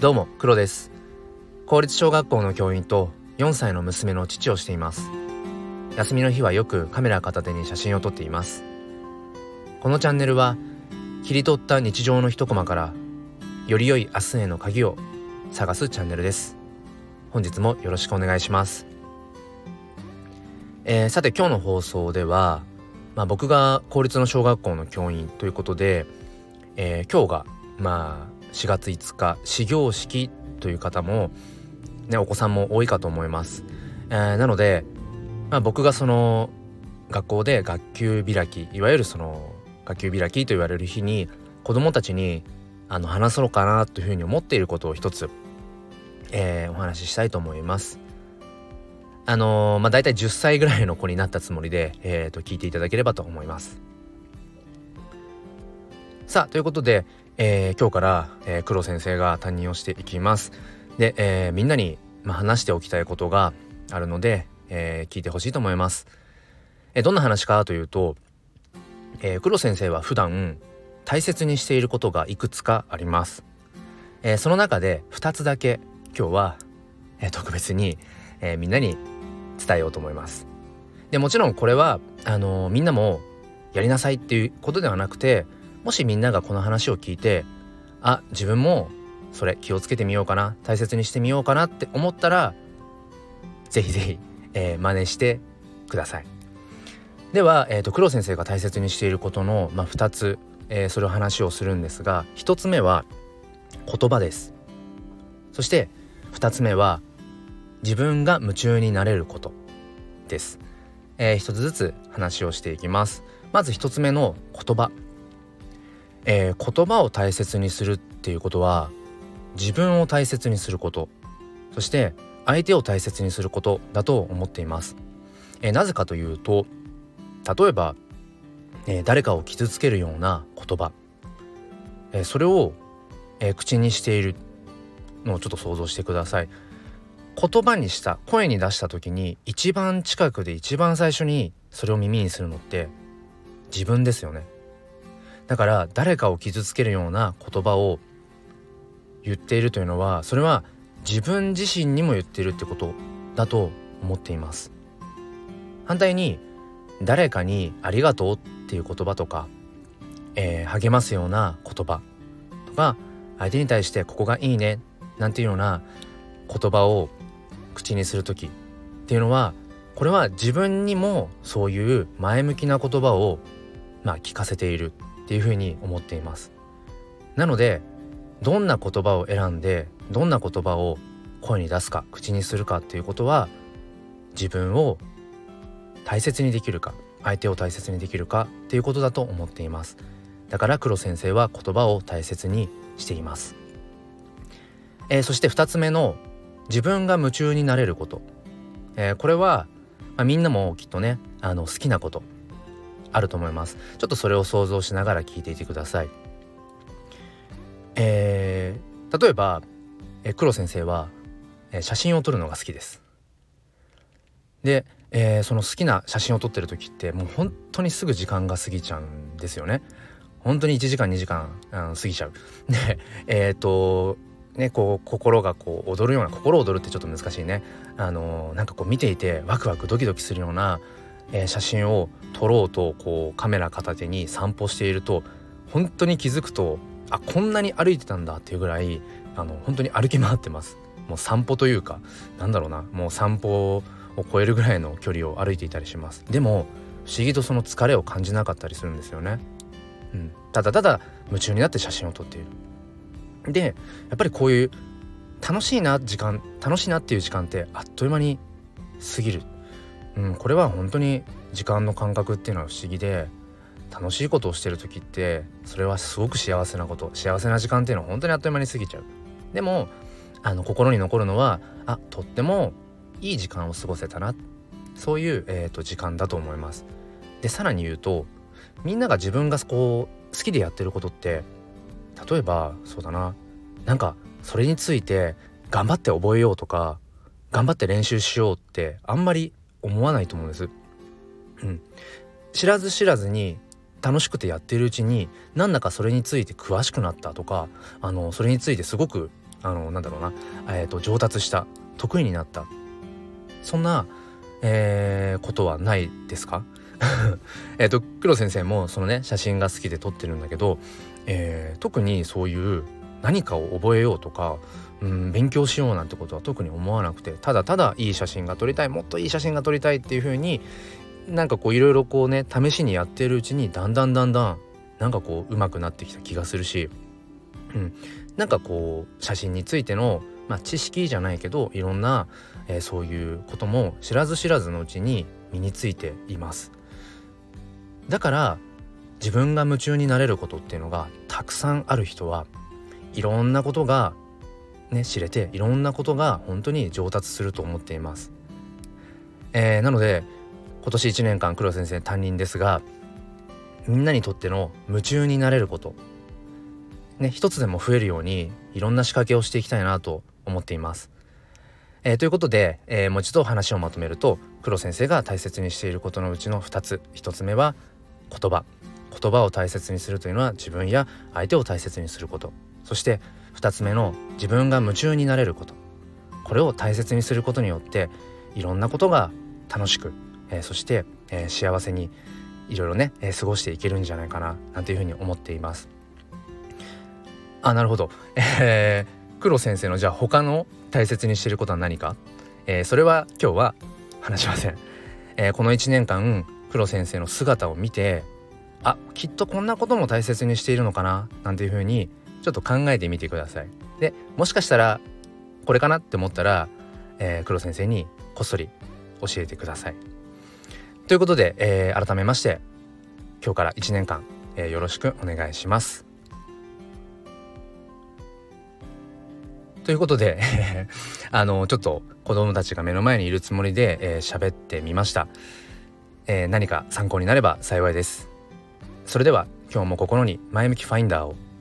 どうも黒です。公立小学校の教員と4歳の娘の父をしています。休みの日はよくカメラ片手に写真を撮っています。このチャンネルは切り取った日常の一コマからより良い明日への鍵を探すチャンネルです。本日もよろしくお願いします。さて今日の放送では、僕が公立の小学校の教員ということで、今日が4月5日始業式という方も、お子さんも多いかと思います。なので、僕がその学校で学級開き、いわゆるその学級開きと言われる日に子どもたちに話そうかなというふうに思っていることを一つ、お話ししたいと思います。だいたい10歳ぐらいの子になったつもりで、聞いていただければと思います。さあということで、今日から、黒先生が担任をしていきます。で、みんなに、話しておきたいことがあるので、聞いてほしいと思います。どんな話かというと、黒先生は普段大切にしていることがいくつかあります。その中で2つだけ今日は、特別に、みんなに伝えようと思います。でもちろんこれはみんなもやりなさいっていうことではなくて、もしみんながこの話を聞いて自分もそれ気をつけてみようかな、大切にしてみようかなって思ったらぜひぜひ、真似してください。では、黒先生が大切にしていることの、2つ、それを話をするんですが、1つ目は言葉です。そして2つ目は自分が夢中になれることです。一つずつ話をしていきます。まず一つ目の言葉、言葉を大切にするっていうことは自分を大切にすること、そして相手を大切にすることだと思っています。なぜかというと、例えば、誰かを傷つけるような言葉、それを、口にしているのをちょっと想像してください。言葉にした声に出した時に一番近くで一番最初にそれを耳にするのって自分ですよね。だから誰かを傷つけるような言葉を言っているというのは、それは自分自身にも言っているってことだと思っています。反対に誰かにありがとうっていう言葉とか、励ますような言葉とか、相手に対してここがいいねなんていうような言葉を口にする時っていうのは、これは自分にもそういう前向きな言葉を聞かせているっていうふうに思っています。なのでどんな言葉を選んで、どんな言葉を声に出すか口にするかっていうことは、自分を大切にできるか相手を大切にできるかっていうことだと思っています。だから黒先生は言葉を大切にしています。そして2つ目の自分が夢中になれること、これは、みんなもきっとね好きなことあると思います。ちょっとそれを想像しながら聞いていてください。例えば、黒先生は、写真を撮るのが好きです。で、その好きな写真を撮ってる時ってもう本当にすぐ時間が過ぎちゃうんですよね。本当に1時間2時間、過ぎちゃう。でこう心がこう踊るような、心躍るってちょっと難しいね。なんかこう見ていてワクワクドキドキするような、写真を撮ろうとこうカメラ片手に散歩していると、本当に気づくとこんなに歩いてたんだっていうぐらい本当に歩き回ってます。もう散歩というかもう散歩を超えるぐらいの距離を歩いていたりします。でも不思議とその疲れを感じなかったりするんですよね。ただただ夢中になって写真を撮っている。でやっぱりこういう楽しいなっていう時間ってあっという間に過ぎる。これは本当に時間の感覚っていうのは不思議で、楽しいことをしてる時ってそれはすごく幸せな時間っていうのは本当にあっという間に過ぎちゃう。でも心に残るのはとってもいい時間を過ごせたな、そういう、時間だと思います。でさらに言うと、みんなが自分がこう好きでやってることって、例えばなんかそれについて頑張って覚えようとか頑張って練習しようってあんまり思わないと思うんです。知らず知らずに楽しくてやっているうちになんだかそれについて詳しくなったとか、それについてすごくなんだろうな、上達した得意になったそんな、ことはないですか？黒先生もそのね写真が好きで撮ってるんだけど、特にそういう何かを覚えようとか、勉強しようなんてことは特に思わなくて、ただただいい写真が撮りたい、もっといい写真が撮りたいっていう風になんかこういろいろこうね試しにやってるうちにだんだんなんかこう上手くなってきた気がするし、なんかこう写真についての、知識じゃないけどいろんな、そういうことも知らず知らずのうちに身についています。だから自分が夢中になれることっていうのがたくさんある人はいろんなことがね知れて、いろんなことが本当に上達すると思っています。なので今年1年間黒先生担任ですが、みんなにとっての夢中になれることね、一つでも増えるようにいろんな仕掛けをしていきたいなと思っています。ということで、もう一度話をまとめると、黒先生が大切にしていることのうちの2つ、1つ目は言葉を大切にするというのは自分や相手を大切にすること、そして2つ目の自分が夢中になれること、これを大切にすることによっていろんなことが楽しく、そして、幸せにいろいろね、過ごしていけるんじゃないかななんていうふうに思っています。なるほど。黒先生のじゃあ他の大切にしていることは何か、それは今日は話しません。この1年間黒先生の姿を見て、きっとこんなことも大切にしているのかななんていうふうにちょっと考えてみてください。でもしかしたらこれかなって思ったら、黒先生にこっそり教えてください。ということで、改めまして今日から1年間、よろしくお願いします。ということでちょっと子供たちが目の前にいるつもりで喋ってみました。何か参考になれば幸いです。それでは今日も心に前向きファインダーを。